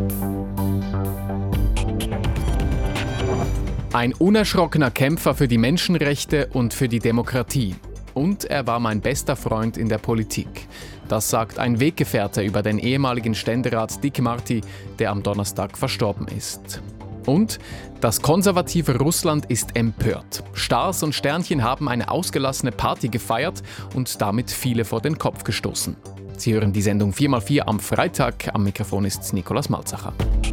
Ein unerschrockener Kämpfer für die Menschenrechte und für die Demokratie. Und er war mein bester Freund in der Politik. Das sagt ein Weggefährte über den ehemaligen Ständerat Dick Marty, der am Donnerstag verstorben ist. Und das konservative Russland ist empört. Stars und Sternchen haben eine ausgelassene Party gefeiert und damit viele vor den Kopf gestoßen. Sie hören die Sendung 4x4 am Freitag. Am Mikrofon ist Nikolaus Malzacher.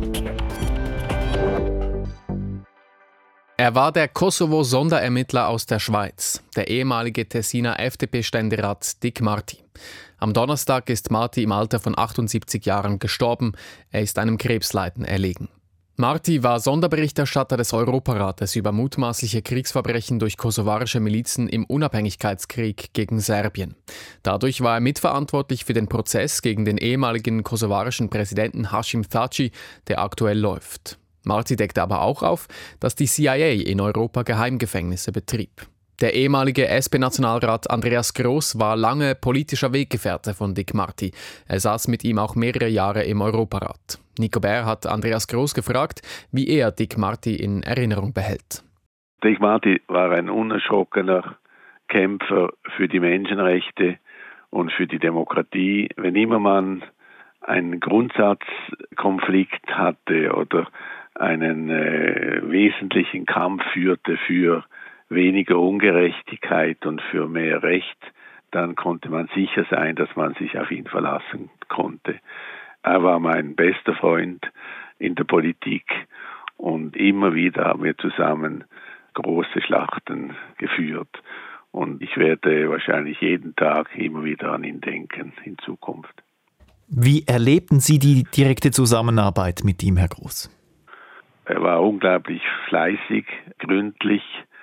Er war der Kosovo-Sonderermittler aus der Schweiz, der ehemalige Tessiner FDP-Ständerat Dick Marty. Am Donnerstag ist Marty im Alter von 78 Jahren gestorben. Er ist einem Krebsleiden erlegen. Marty war Sonderberichterstatter des Europarates über mutmaßliche Kriegsverbrechen durch kosovarische Milizen im Unabhängigkeitskrieg gegen Serbien. Dadurch war er mitverantwortlich für den Prozess gegen den ehemaligen kosovarischen Präsidenten Hashim Thaci, der aktuell läuft. Marty deckte aber auch auf, dass die CIA in Europa Geheimgefängnisse betrieb. Der ehemalige SP-Nationalrat Andreas Gross war lange politischer Weggefährte von Dick Marty. Er saß mit ihm auch mehrere Jahre im Europarat. Nico Bär hat Andreas Gross gefragt, wie er Dick Marty in Erinnerung behält. Dick Marty war ein unerschrockener Kämpfer für die Menschenrechte und für die Demokratie. Wenn immer man einen Grundsatzkonflikt hatte oder einen wesentlichen Kampf führte für weniger Ungerechtigkeit und für mehr Recht, dann konnte man sicher sein, dass man sich auf ihn verlassen konnte. Er war mein bester Freund in der Politik und immer wieder haben wir zusammen große Schlachten geführt. Und ich werde wahrscheinlich jeden Tag immer wieder an ihn denken in Zukunft. Wie erlebten Sie die direkte Zusammenarbeit mit ihm, Herr Gross? Er war unglaublich fleißig, gründlich,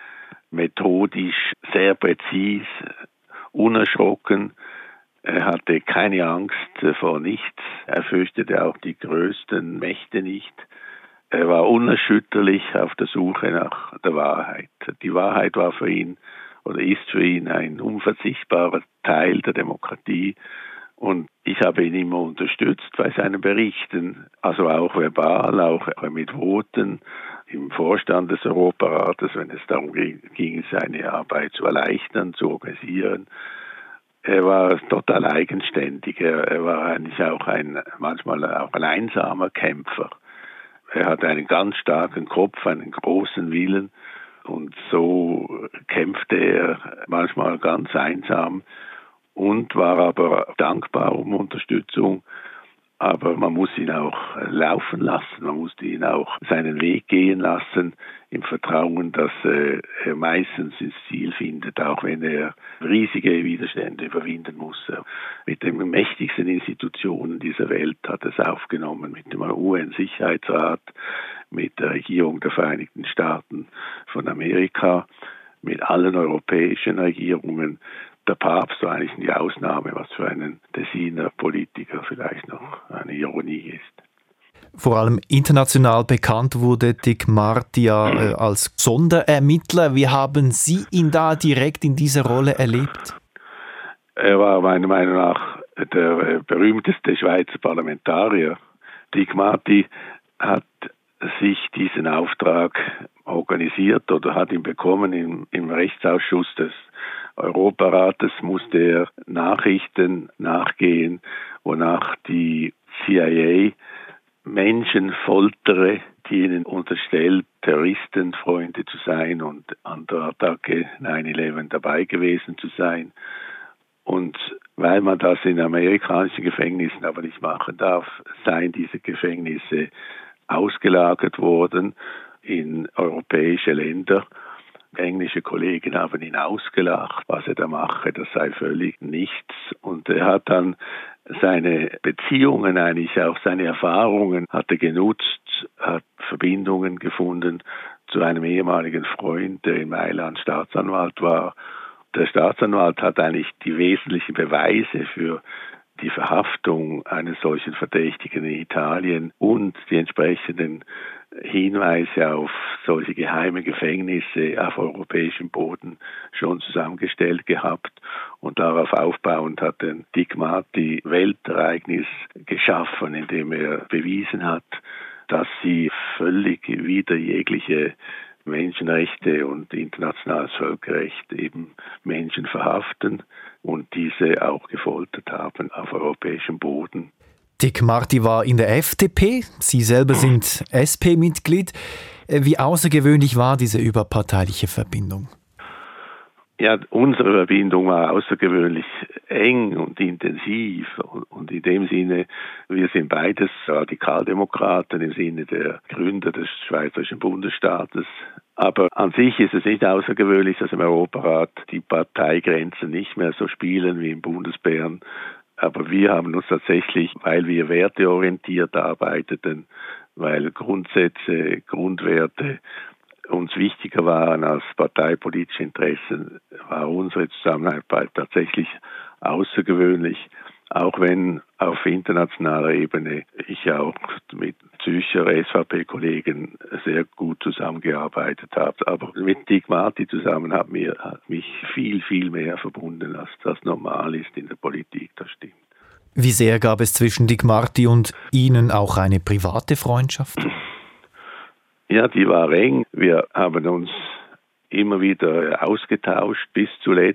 methodisch, sehr präzis, unerschrocken. Er hatte keine Angst vor nichts. Er fürchtete auch die größten Mächte nicht. Er war unerschütterlich auf der Suche nach der Wahrheit. Die Wahrheit war für ihn oder ist für ihn ein unverzichtbarer Teil der Demokratie. Und ich habe ihn immer unterstützt bei seinen Berichten, also auch verbal, auch mit Voten im Vorstand des Europarates, wenn es darum ging, seine Arbeit zu erleichtern, zu organisieren. Er war total eigenständig. Er war eigentlich auch manchmal auch ein einsamer Kämpfer. Er hatte einen ganz starken Kopf, einen großen Willen und so kämpfte er manchmal ganz einsam. Und war aber dankbar um Unterstützung. Aber man muss ihn auch laufen lassen, man musste ihn auch seinen Weg gehen lassen, im Vertrauen, dass er meistens ins Ziel findet, auch wenn er riesige Widerstände überwinden muss. Mit den mächtigsten Institutionen dieser Welt hat er es aufgenommen, mit dem UN-Sicherheitsrat, mit der Regierung der Vereinigten Staaten von Amerika, mit allen europäischen Regierungen. Der Papst war eigentlich die Ausnahme, was für einen Tessiner Politiker vielleicht noch eine Ironie ist. Vor allem international bekannt wurde Dick Marty als Sonderermittler. Wie haben Sie ihn da direkt in dieser Rolle erlebt? Er war meiner Meinung nach der berühmteste Schweizer Parlamentarier. Dick Marty hat sich diesen Auftrag organisiert oder hat ihn bekommen im Rechtsausschuss des Europarates, musste er Nachrichten nachgehen, wonach die CIA Menschen foltere, die ihnen unterstellt, Terroristenfreunde zu sein und an der Attacke 9/11 dabei gewesen zu sein. Und weil man das in amerikanischen Gefängnissen aber nicht machen darf, seien diese Gefängnisse ausgelagert worden in europäische Länder. Englische Kollegen haben ihn ausgelacht, was er da mache, das sei völlig nichts. Und er hat dann seine Beziehungen, eigentlich auch seine Erfahrungen, hat er genutzt, hat Verbindungen gefunden zu einem ehemaligen Freund, der in Mailand Staatsanwalt war. Der Staatsanwalt hat eigentlich die wesentlichen Beweise für die Verhaftung eines solchen Verdächtigen in Italien und die entsprechenden Hinweise auf solche geheime Gefängnisse auf europäischem Boden schon zusammengestellt gehabt. Und darauf aufbauend hat Dick Marty Weltereignis geschaffen, indem er bewiesen hat, dass sie völlig wider jegliche Menschenrechte und internationales Völkerrecht eben Menschen verhaften und diese auch gefoltert haben auf europäischem Boden. Dick Marty war in der FDP, Sie selber sind SP-Mitglied. Wie außergewöhnlich war diese überparteiliche Verbindung? Ja, unsere Verbindung war außergewöhnlich eng und intensiv und in dem Sinne, wir sind beides Radikaldemokraten im Sinne der Gründer des Schweizerischen Bundesstaates. Aber an sich ist es nicht außergewöhnlich, dass im Europarat die Parteigrenzen nicht mehr so spielen wie im Bundesbären. Aber wir haben uns tatsächlich, weil wir werteorientiert arbeiteten, weil Grundsätze, Grundwerte uns wichtiger waren als parteipolitische Interessen, war unsere Zusammenarbeit tatsächlich außergewöhnlich, auch wenn auf internationaler Ebene ich auch mit Zürcher SVP-Kollegen sehr gut zusammengearbeitet habe. Aber mit Dick Marty zusammen hat mich viel, viel mehr verbunden, als das normal ist in der Politik, das stimmt. Wie sehr gab es zwischen Dick Marty und Ihnen auch eine private Freundschaft? Ja, die war eng. Wir haben uns immer wieder ausgetauscht, bis zuletzt.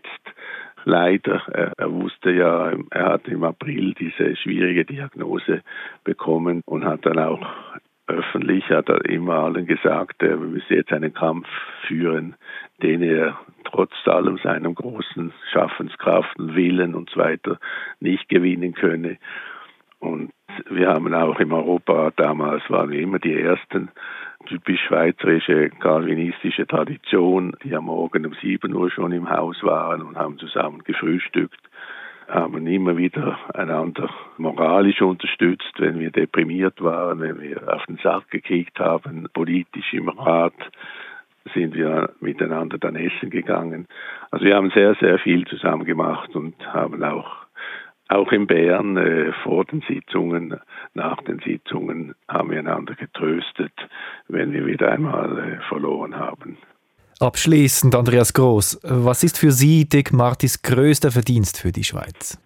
Leider, er wusste ja, er hat im April diese schwierige Diagnose bekommen und hat dann auch öffentlich, hat er immer allen gesagt, wir müssen jetzt einen Kampf führen, den er trotz allem seinem großen Schaffenskraft und Willen und so weiter nicht gewinnen könne. Und wir haben auch im Europarat damals, waren wir immer die Ersten, typisch schweizerische calvinistische Tradition, die am Morgen um 7 Uhr schon im Haus waren und haben zusammen gefrühstückt, haben immer wieder einander moralisch unterstützt, wenn wir deprimiert waren, wenn wir auf den Sack gekriegt haben, politisch im Rat, sind wir miteinander dann essen gegangen. Also wir haben sehr, sehr viel zusammen gemacht und haben auch in Bern vor den Sitzungen, nach den Sitzungen haben wir einander getröstet, wenn wir wieder einmal verloren haben. Abschließend, Andreas Gross, was ist für Sie Dick Martys größter Verdienst für die Schweiz?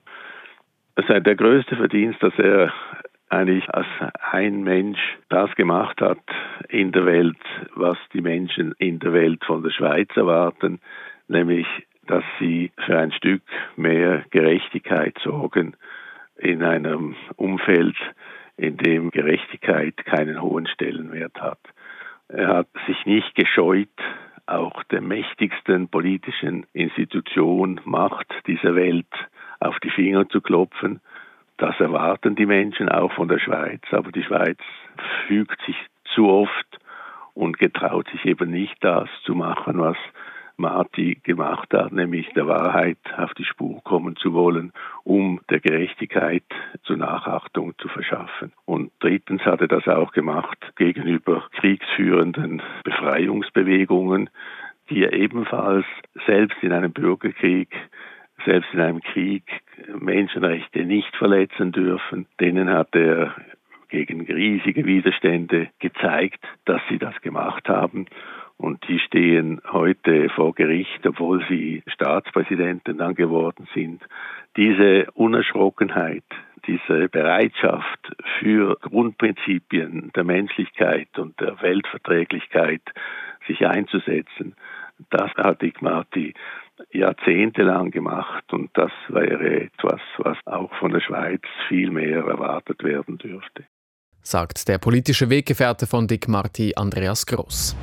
Es ist der größte Verdienst, dass er eigentlich als ein Mensch das gemacht hat in der Welt, was die Menschen in der Welt von der Schweiz erwarten, nämlich dass sie für ein Stück mehr Gerechtigkeit sorgen in einem Umfeld, in dem Gerechtigkeit keinen hohen Stellenwert hat. Er hat sich nicht gescheut, auch der mächtigsten politischen Institution, Macht dieser Welt auf die Finger zu klopfen. Das erwarten die Menschen auch von der Schweiz, aber die Schweiz fügt sich zu oft und getraut sich eben nicht das zu machen, was Marty gemacht hat, nämlich der Wahrheit auf die Spur kommen zu wollen, um der Gerechtigkeit zur Nachachtung zu verschaffen. Und drittens hat er das auch gemacht gegenüber kriegsführenden Befreiungsbewegungen, die er ebenfalls selbst in einem Bürgerkrieg, selbst in einem Krieg Menschenrechte nicht verletzen dürfen. Denen hat er gegen riesige Widerstände gezeigt, dass sie das gemacht haben. Und die stehen heute vor Gericht, obwohl sie Staatspräsidenten dann geworden sind. Diese Unerschrockenheit, diese Bereitschaft für Grundprinzipien der Menschlichkeit und der Weltverträglichkeit sich einzusetzen, das hat Dick Marty jahrzehntelang gemacht. Und das wäre etwas, was auch von der Schweiz viel mehr erwartet werden dürfte. Sagt der politische Weggefährte von Dick Marty, Andreas Gross.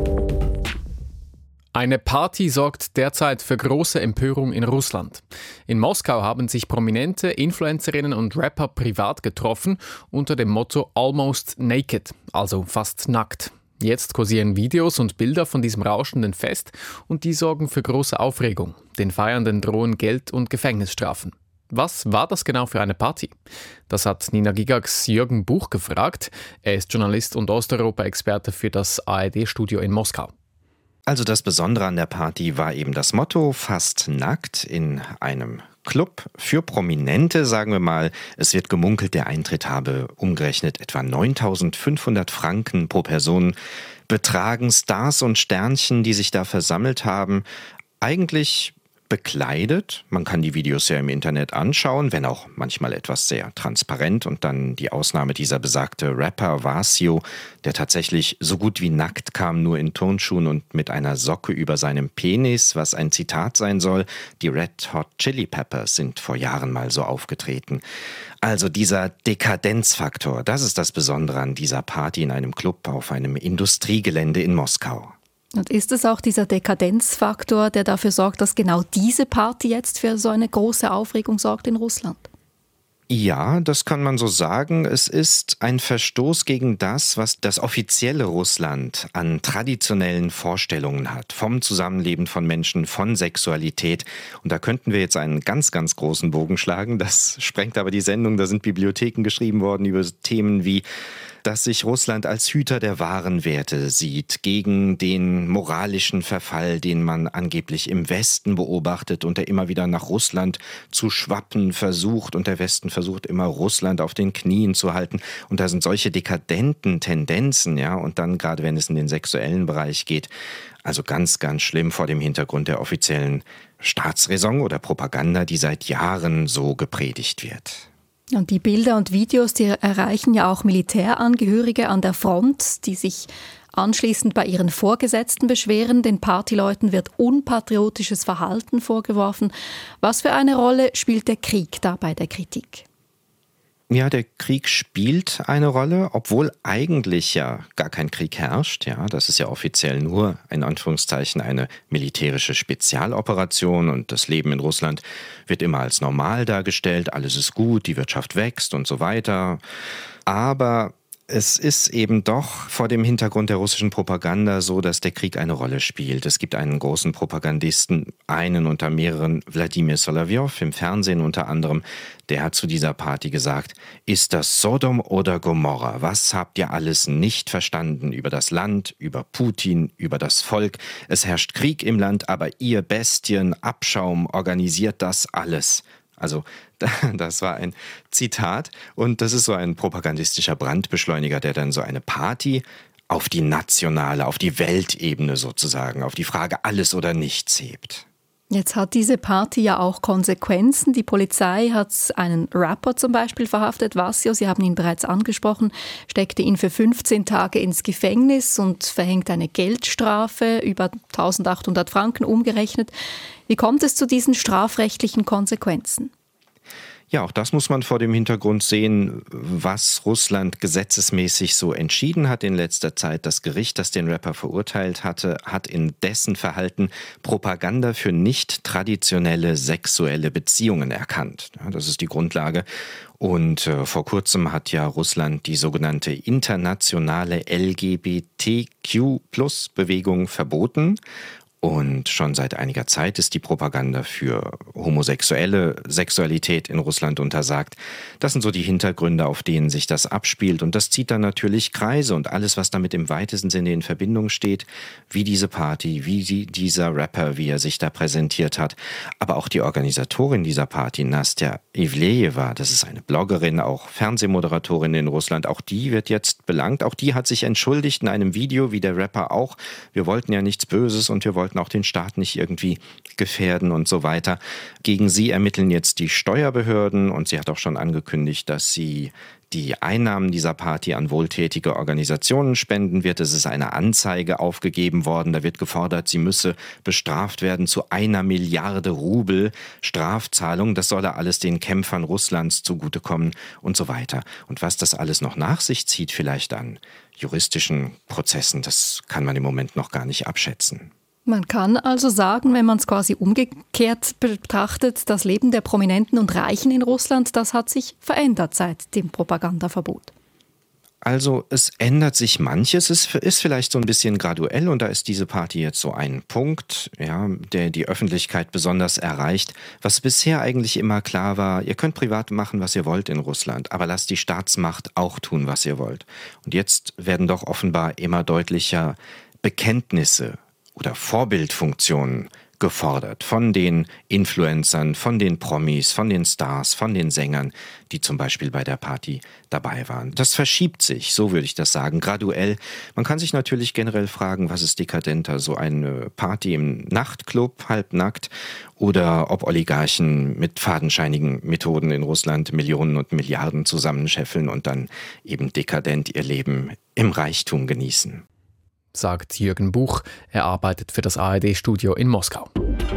Eine Party sorgt derzeit für große Empörung in Russland. In Moskau haben sich prominente Influencerinnen und Rapper privat getroffen unter dem Motto Almost Naked, also fast nackt. Jetzt kursieren Videos und Bilder von diesem rauschenden Fest und die sorgen für große Aufregung. Den Feiernden drohen Geld- und Gefängnisstrafen. Was war das genau für eine Party? Das hat Nina Gigax Jürgen Buch gefragt. Er ist Journalist und Osteuropa-Experte für das ARD-Studio in Moskau. Also das Besondere an der Party war eben das Motto, fast nackt in einem Club für Prominente, sagen wir mal. Es wird gemunkelt, der Eintritt habe umgerechnet etwa 9.500 Franken pro Person betragen. Stars und Sternchen, die sich da versammelt haben, eigentlich bekleidet. Man kann die Videos ja im Internet anschauen, wenn auch manchmal etwas sehr transparent. Und dann die Ausnahme dieser besagte Rapper Vasio, der tatsächlich so gut wie nackt kam, nur in Turnschuhen und mit einer Socke über seinem Penis, was ein Zitat sein soll. Die Red Hot Chili Peppers sind vor Jahren mal so aufgetreten. Also dieser Dekadenzfaktor, das ist das Besondere an dieser Party in einem Club auf einem Industriegelände in Moskau. Und ist es auch dieser Dekadenzfaktor, der dafür sorgt, dass genau diese Party jetzt für so eine große Aufregung sorgt in Russland? Ja, das kann man so sagen. Es ist ein Verstoß gegen das, was das offizielle Russland an traditionellen Vorstellungen hat. Vom Zusammenleben von Menschen, von Sexualität. Und da könnten wir jetzt einen ganz, ganz großen Bogen schlagen. Das sprengt aber die Sendung. Da sind Bibliotheken geschrieben worden über Themen wie, dass sich Russland als Hüter der wahren Werte sieht, gegen den moralischen Verfall, den man angeblich im Westen beobachtet und der immer wieder nach Russland zu schwappen versucht und der Westen versucht immer Russland auf den Knien zu halten. Und da sind solche dekadenten Tendenzen, ja, und dann gerade wenn es in den sexuellen Bereich geht, also ganz, ganz schlimm vor dem Hintergrund der offiziellen Staatsräson oder Propaganda, die seit Jahren so gepredigt wird. Und die Bilder und Videos, die erreichen ja auch Militärangehörige an der Front, die sich anschließend bei ihren Vorgesetzten beschweren. Den Partyleuten wird unpatriotisches Verhalten vorgeworfen. Was für eine Rolle spielt der Krieg da bei der Kritik? Ja, der Krieg spielt eine Rolle, obwohl eigentlich ja gar kein Krieg herrscht. Ja, das ist ja offiziell nur, in Anführungszeichen, eine militärische Spezialoperation und das Leben in Russland wird immer als normal dargestellt. Alles ist gut, die Wirtschaft wächst und so weiter. Aber es ist eben doch vor dem Hintergrund der russischen Propaganda so, dass der Krieg eine Rolle spielt. Es gibt einen großen Propagandisten, einen unter mehreren, Wladimir Solowjow, im Fernsehen unter anderem, der hat zu dieser Party gesagt, ist das Sodom oder Gomorra? Was habt ihr alles nicht verstanden über das Land, über Putin, über das Volk? Es herrscht Krieg im Land, aber ihr Bestien, Abschaum organisiert das alles. Also das war ein Zitat und das ist so ein propagandistischer Brandbeschleuniger, der dann so eine Party auf die nationale, auf die Weltebene sozusagen, auf die Frage alles oder nichts hebt. Jetzt hat diese Party ja auch Konsequenzen. Die Polizei hat einen Rapper zum Beispiel verhaftet, Vasio, Sie haben ihn bereits angesprochen, steckte ihn für 15 Tage ins Gefängnis und verhängt eine Geldstrafe, über 1.800 Franken umgerechnet. Wie kommt es zu diesen strafrechtlichen Konsequenzen? Ja, auch das muss man vor dem Hintergrund sehen, was Russland gesetzesmäßig so entschieden hat in letzter Zeit. Das Gericht, das den Rapper verurteilt hatte, hat in dessen Verhalten Propaganda für nicht traditionelle sexuelle Beziehungen erkannt. Ja, das ist die Grundlage. Und vor kurzem hat ja Russland die sogenannte internationale LGBTQ+-Bewegung verboten. Und schon seit einiger Zeit ist die Propaganda für homosexuelle Sexualität in Russland untersagt. Das sind so die Hintergründe, auf denen sich das abspielt. Und das zieht dann natürlich Kreise und alles, was damit im weitesten Sinne in Verbindung steht, wie diese Party, wie dieser Rapper, wie er sich da präsentiert hat. Aber auch die Organisatorin dieser Party, Nastya Ivlejeva, das ist eine Bloggerin, auch Fernsehmoderatorin in Russland, auch die wird jetzt belangt. Auch die hat sich entschuldigt in einem Video, wie der Rapper auch. Wir wollten ja nichts Böses und wir wollten auch den Staat nicht irgendwie gefährden und so weiter. Gegen sie ermitteln jetzt die Steuerbehörden und sie hat auch schon angekündigt, dass sie die Einnahmen dieser Party an wohltätige Organisationen spenden wird. Es ist eine Anzeige aufgegeben worden. Da wird gefordert, sie müsse bestraft werden zu 1 Milliarde Rubel Strafzahlung. Das solle alles den Kämpfern Russlands zugutekommen und so weiter. Und was das alles noch nach sich zieht, vielleicht an juristischen Prozessen, das kann man im Moment noch gar nicht abschätzen. Man kann also sagen, wenn man es quasi umgekehrt betrachtet, das Leben der Prominenten und Reichen in Russland, das hat sich verändert seit dem Propagandaverbot. Also es ändert sich manches, es ist vielleicht so ein bisschen graduell und da ist diese Party jetzt so ein Punkt, ja, der die Öffentlichkeit besonders erreicht. Was bisher eigentlich immer klar war, ihr könnt privat machen, was ihr wollt in Russland, aber lasst die Staatsmacht auch tun, was ihr wollt. Und jetzt werden doch offenbar immer deutlicher Bekenntnisse oder Vorbildfunktionen gefordert von den Influencern, von den Promis, von den Stars, von den Sängern, die zum Beispiel bei der Party dabei waren. Das verschiebt sich, so würde ich das sagen, graduell. Man kann sich natürlich generell fragen, was ist dekadenter, so eine Party im Nachtclub, halbnackt, oder ob Oligarchen mit fadenscheinigen Methoden in Russland Millionen und Milliarden zusammenscheffeln und dann eben dekadent ihr Leben im Reichtum genießen. Sagt Jürgen Buch. Er arbeitet für das ARD-Studio in Moskau.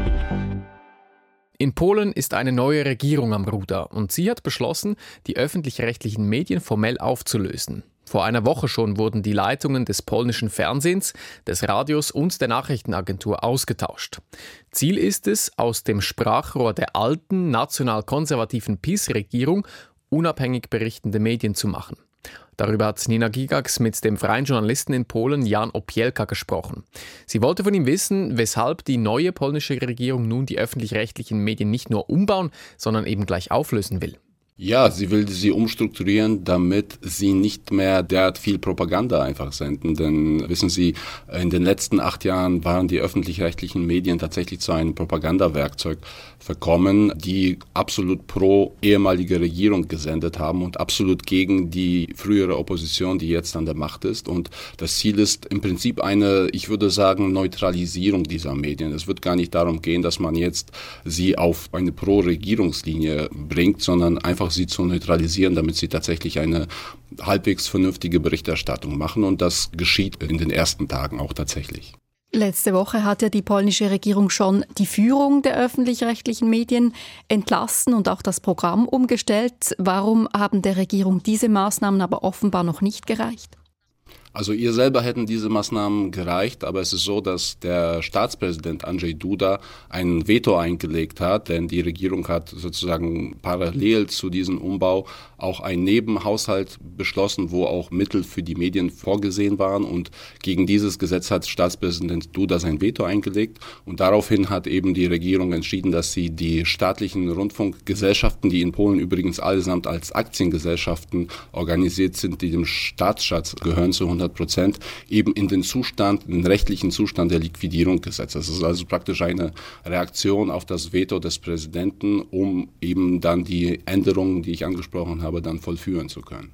In Polen ist eine neue Regierung am Ruder und sie hat beschlossen, die öffentlich-rechtlichen Medien formell aufzulösen. Vor einer Woche schon wurden die Leitungen des polnischen Fernsehens, des Radios und der Nachrichtenagentur ausgetauscht. Ziel ist es, aus dem Sprachrohr der alten, national-konservativen PiS-Regierung unabhängig berichtende Medien zu machen. Darüber hat Nina Gigax mit dem freien Journalisten in Polen Jan Opielka gesprochen. Sie wollte von ihm wissen, weshalb die neue polnische Regierung nun die öffentlich-rechtlichen Medien nicht nur umbauen, sondern eben gleich auflösen will. Ja, sie will sie umstrukturieren, damit sie nicht mehr derart viel Propaganda einfach senden. Denn wissen Sie, in den letzten 8 Jahren waren die öffentlich-rechtlichen Medien tatsächlich zu einem Propagandawerkzeug verkommen, die absolut pro ehemalige Regierung gesendet haben und absolut gegen die frühere Opposition, die jetzt an der Macht ist. Und das Ziel ist im Prinzip eine, ich würde sagen, Neutralisierung dieser Medien. Es wird gar nicht darum gehen, dass man jetzt sie auf eine Pro-Regierungslinie bringt, sondern einfach sie zu neutralisieren, damit sie tatsächlich eine halbwegs vernünftige Berichterstattung machen. Und das geschieht in den ersten Tagen auch tatsächlich. Letzte Woche hat ja die polnische Regierung schon die Führung der öffentlich-rechtlichen Medien entlassen und auch das Programm umgestellt. Warum haben der Regierung diese Maßnahmen aber offenbar noch nicht gereicht? Also ihr selber hätten diese Maßnahmen gereicht, aber es ist so, dass der Staatspräsident Andrzej Duda ein Veto eingelegt hat, denn die Regierung hat sozusagen parallel zu diesem Umbau auch einen Nebenhaushalt beschlossen, wo auch Mittel für die Medien vorgesehen waren, und gegen dieses Gesetz hat Staatspräsident Duda sein Veto eingelegt, und daraufhin hat eben die Regierung entschieden, dass sie die staatlichen Rundfunkgesellschaften, die in Polen übrigens allesamt als Aktiengesellschaften organisiert sind, die dem Staatsschatz gehören zu 100%, eben in den rechtlichen Zustand der Liquidierung gesetzt. Das ist also praktisch eine Reaktion auf das Veto des Präsidenten, um eben dann die Änderungen, die ich angesprochen habe, dann vollführen zu können.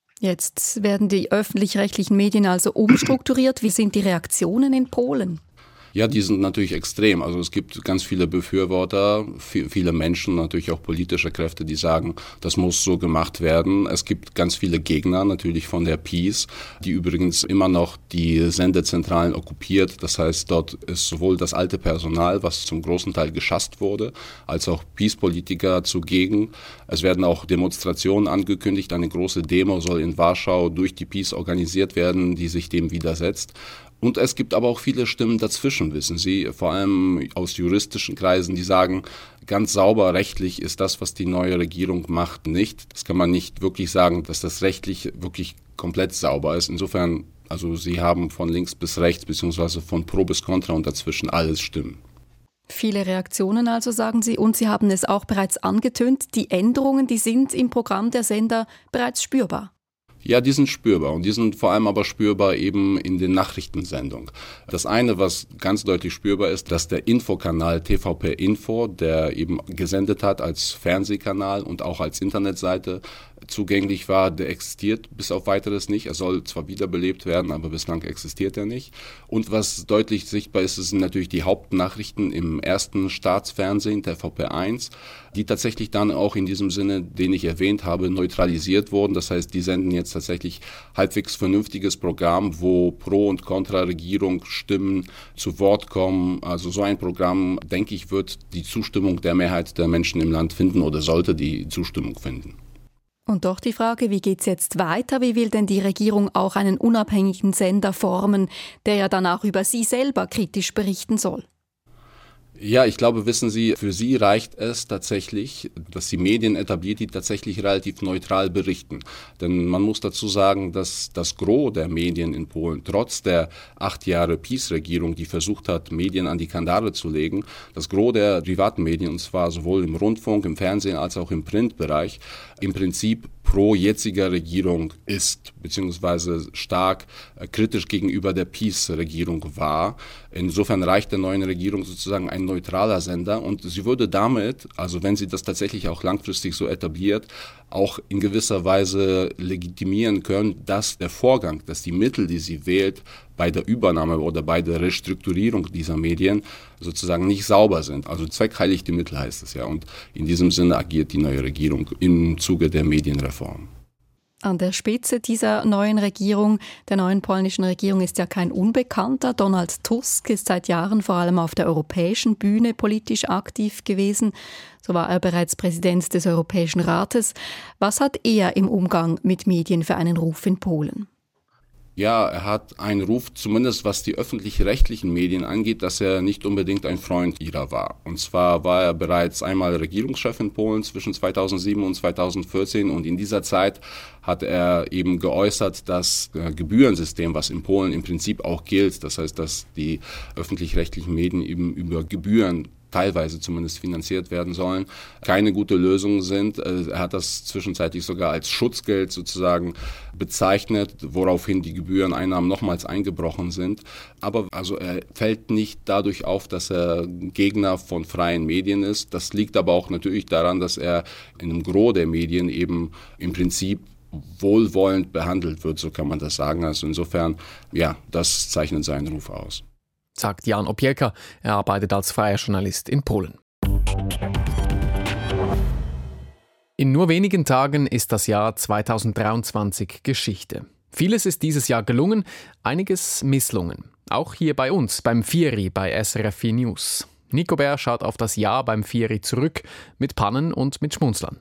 Jetzt werden die öffentlich-rechtlichen Medien also umstrukturiert. Wie sind die Reaktionen in Polen? Ja, die sind natürlich extrem. Also es gibt ganz viele Befürworter, viele Menschen, natürlich auch politische Kräfte, die sagen, das muss so gemacht werden. Es gibt ganz viele Gegner, natürlich von der PiS, die übrigens immer noch die Sendezentralen okkupiert. Das heißt, dort ist sowohl das alte Personal, was zum großen Teil geschasst wurde, als auch PiS-Politiker zugegen. Es werden auch Demonstrationen angekündigt. Eine große Demo soll in Warschau durch die PiS organisiert werden, die sich dem widersetzt. Und es gibt aber auch viele Stimmen dazwischen, wissen Sie, vor allem aus juristischen Kreisen, die sagen, ganz sauber rechtlich ist das, was die neue Regierung macht, nicht. Das kann man nicht wirklich sagen, dass das rechtlich wirklich komplett sauber ist. Insofern, also Sie haben von links bis rechts, beziehungsweise von pro bis contra und dazwischen alles Stimmen. Viele Reaktionen also, sagen Sie, und Sie haben es auch bereits angetönt, die Änderungen, die sind im Programm der Sender bereits spürbar. Ja, die sind spürbar, und die sind vor allem aber spürbar eben in den Nachrichtensendungen. Das eine, was ganz deutlich spürbar ist, dass der Infokanal TVP Info, der eben gesendet hat als Fernsehkanal und auch als Internetseite zugänglich war, der existiert bis auf Weiteres nicht. Er soll zwar wiederbelebt werden, aber bislang existiert er nicht. Und was deutlich sichtbar ist, sind natürlich die Hauptnachrichten im ersten Staatsfernsehen, TVP1, die tatsächlich dann auch in diesem Sinne, den ich erwähnt habe, neutralisiert wurden. Das heißt, die senden jetzt tatsächlich halbwegs vernünftiges Programm, wo Pro- und Kontra-Regierung Stimmen zu Wort kommen. Also so ein Programm, denke ich, wird die Zustimmung der Mehrheit der Menschen im Land finden oder sollte die Zustimmung finden. Und doch die Frage, wie geht es jetzt weiter? Wie will denn die Regierung auch einen unabhängigen Sender formen, der ja dann auch über sie selber kritisch berichten soll? Ja, ich glaube, wissen Sie, für Sie reicht es tatsächlich, dass sie Medien etabliert, die tatsächlich relativ neutral berichten. Denn man muss dazu sagen, dass das Gros der Medien in Polen, trotz der 8 Jahre PiS-Regierung, die versucht hat, Medien an die Kandare zu legen, das Gros der privaten Medien, und zwar sowohl im Rundfunk, im Fernsehen als auch im Printbereich, im Prinzip pro jetziger Regierung ist, beziehungsweise stark kritisch gegenüber der PiS-Regierung war. Insofern reicht der neuen Regierung sozusagen ein neutraler Sender und sie würde damit, also wenn sie das tatsächlich auch langfristig so etabliert, auch in gewisser Weise legitimieren können, dass der Vorgang, dass die Mittel, die sie wählt, bei der Übernahme oder bei der Restrukturierung dieser Medien sozusagen nicht sauber sind. Also Zweck heiligt die Mittel, heißt es ja. Und in diesem Sinne agiert die neue Regierung im Zuge der Medienreform. An der Spitze dieser neuen Regierung, der neuen polnischen Regierung, ist ja kein Unbekannter. Donald Tusk ist seit Jahren vor allem auf der europäischen Bühne politisch aktiv gewesen. So war er bereits Präsident des Europäischen Rates. Was hat er im Umgang mit Medien für einen Ruf in Polen? Ja, er hat einen Ruf, zumindest was die öffentlich-rechtlichen Medien angeht, dass er nicht unbedingt ein Freund ihrer war. Und zwar war er bereits einmal Regierungschef in Polen zwischen 2007 und 2014 und in dieser Zeit hat er eben geäußert, das Gebührensystem, was in Polen im Prinzip auch gilt, das heißt, dass die öffentlich-rechtlichen Medien eben über Gebühren teilweise zumindest finanziert werden sollen, keine gute Lösung sind. Er hat das zwischenzeitlich sogar als Schutzgeld sozusagen bezeichnet, woraufhin die Gebühreneinnahmen nochmals eingebrochen sind. Aber also er fällt nicht dadurch auf, dass er Gegner von freien Medien ist. Das liegt aber auch natürlich daran, dass er in einem Gros der Medien eben im Prinzip wohlwollend behandelt wird, so kann man das sagen. Also insofern, ja, das zeichnet seinen Ruf aus. Sagt Jan Opiełka. Er arbeitet als freier Journalist in Polen. In nur wenigen Tagen ist das Jahr 2023 Geschichte. Vieles ist dieses Jahr gelungen, einiges misslungen. Auch hier bei uns, beim Vieri bei SRF 4 News. Nico Bär schaut auf das Jahr beim Vieri zurück, mit Pannen und mit Schmunzlern.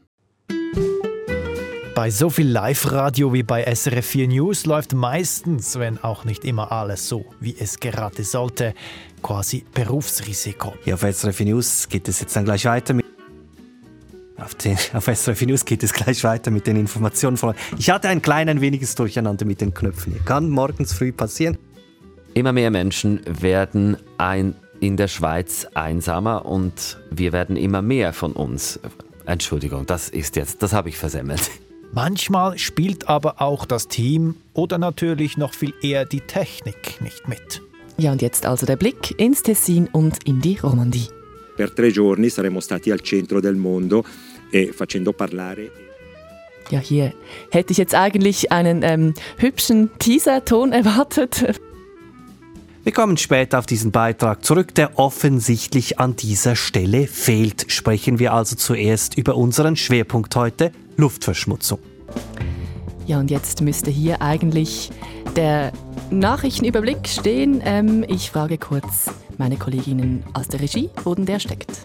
Bei so viel Live-Radio wie bei SRF 4 News läuft meistens, wenn auch nicht immer alles so, wie es gerade sollte, quasi Berufsrisiko. Hier auf SRF 4 News geht es jetzt dann gleich weiter mit Auf SRF 4 News geht es gleich weiter mit den Informationen von. Ich hatte ein weniges Durcheinander mit den Knöpfen. Hier kann morgens früh passieren. Immer mehr Menschen werden in der Schweiz einsamer und wir werden immer mehr von uns. Entschuldigung, das habe ich versemmelt. Manchmal spielt aber auch das Team oder natürlich noch viel eher die Technik nicht mit. Ja, und jetzt also der Blick ins Tessin und in die Romandie. Per 3 giorni saremo stati al centro del mondo e facendo parlare. Ja, hier hätte ich jetzt eigentlich einen hübschen Teaser-Ton erwartet. Wir kommen später auf diesen Beitrag zurück, der offensichtlich an dieser Stelle fehlt. Sprechen wir also zuerst über unseren Schwerpunkt heute, Luftverschmutzung. Ja, und jetzt müsste hier eigentlich der Nachrichtenüberblick stehen. Ich frage kurz meine Kolleginnen aus der Regie, wo denn der steckt.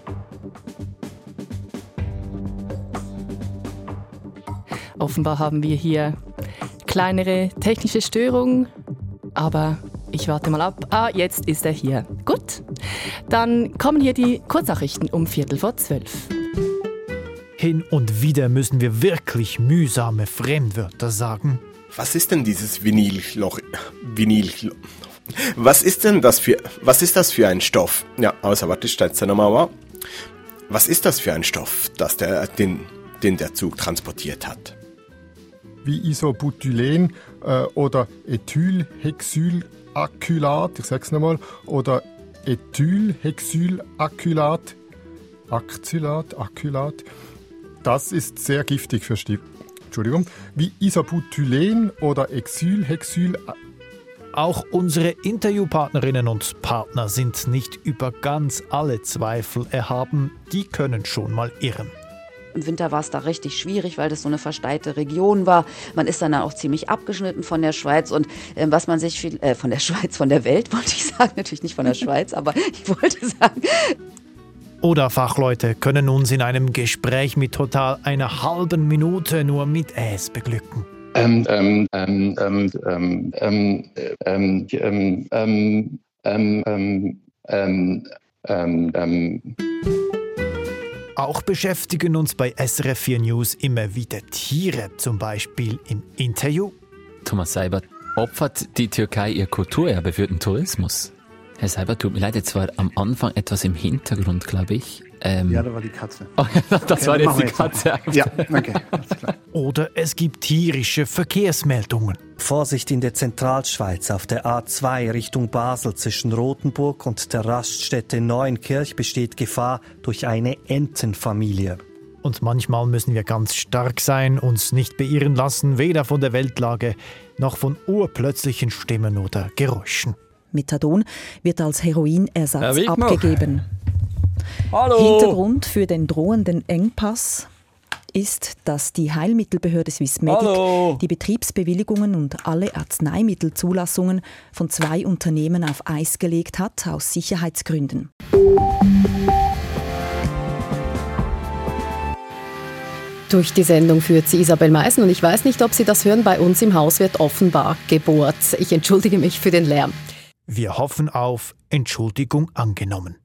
Offenbar haben wir hier kleinere technische Störungen, aber ich warte mal ab. Jetzt ist er hier. Gut, dann kommen hier die Kurznachrichten um 11:45. Hin und wieder müssen wir wirklich mühsame Fremdwörter sagen. Was ist denn dieses Vinylloch? Was ist das für ein Stoff? Ja, warte, stell's dir nochmal. Was ist das für ein Stoff, den der Zug transportiert hat? Wie Isobutylen oder Ethylhexylacylat, ich sag's nochmal, oder Ethylhexylacylat, Acylat. Das ist sehr giftig für Entschuldigung. Wie Isobutylen oder Ethylhexylacylat. Auch unsere Interviewpartnerinnen und Partner sind nicht über ganz alle Zweifel erhaben. Die können schon mal irren. Im Winter war es da richtig schwierig, weil das so eine versteinte Region war. Man ist dann auch ziemlich abgeschnitten von der Schweiz. Und was man sich von der Schweiz, von der Welt, wollte ich sagen. Natürlich nicht von der Schweiz, aber ich wollte sagen. Oder Fachleute können uns in einem Gespräch mit total einer halben Minute nur mit Äs beglücken. Auch beschäftigen uns bei SRF 4 News immer wieder Tiere, zum Beispiel im Interview. Thomas Seibert, opfert die Türkei ihr Kulturerbe für den Tourismus? Herr Seibert, tut mir leid, jetzt war am Anfang etwas im Hintergrund, glaube ich. Ja, da war die Katze. Oh, das war jetzt die Katze. Ja, okay, alles klar. Oder es gibt tierische Verkehrsmeldungen. Vorsicht in der Zentralschweiz. Auf der A2 Richtung Basel zwischen Rothenburg und der Raststätte Neuenkirch besteht Gefahr durch eine Entenfamilie. Und manchmal müssen wir ganz stark sein, uns nicht beirren lassen, weder von der Weltlage noch von urplötzlichen Stimmen oder Geräuschen. Methadon wird als Heroinersatz abgegeben. Hallo. Hintergrund für den drohenden Engpass ist, dass die Heilmittelbehörde Swissmedic die Betriebsbewilligungen und alle Arzneimittelzulassungen von 2 Unternehmen auf Eis gelegt hat, aus Sicherheitsgründen. Durch die Sendung führt sie Isabel Meisen und ich weiß nicht, ob Sie das hören, bei uns im Haus wird offenbar gebohrt. Ich entschuldige mich für den Lärm. Wir hoffen auf Entschuldigung angenommen.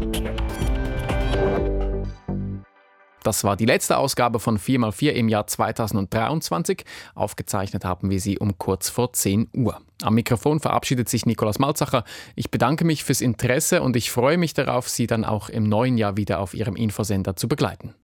Das war die letzte Ausgabe von 4x4 im Jahr 2023. Aufgezeichnet haben wir sie um kurz vor 10 Uhr. Am Mikrofon verabschiedet sich Nikolaus Malzacher. Ich bedanke mich fürs Interesse und ich freue mich darauf, Sie dann auch im neuen Jahr wieder auf Ihrem Infosender zu begleiten.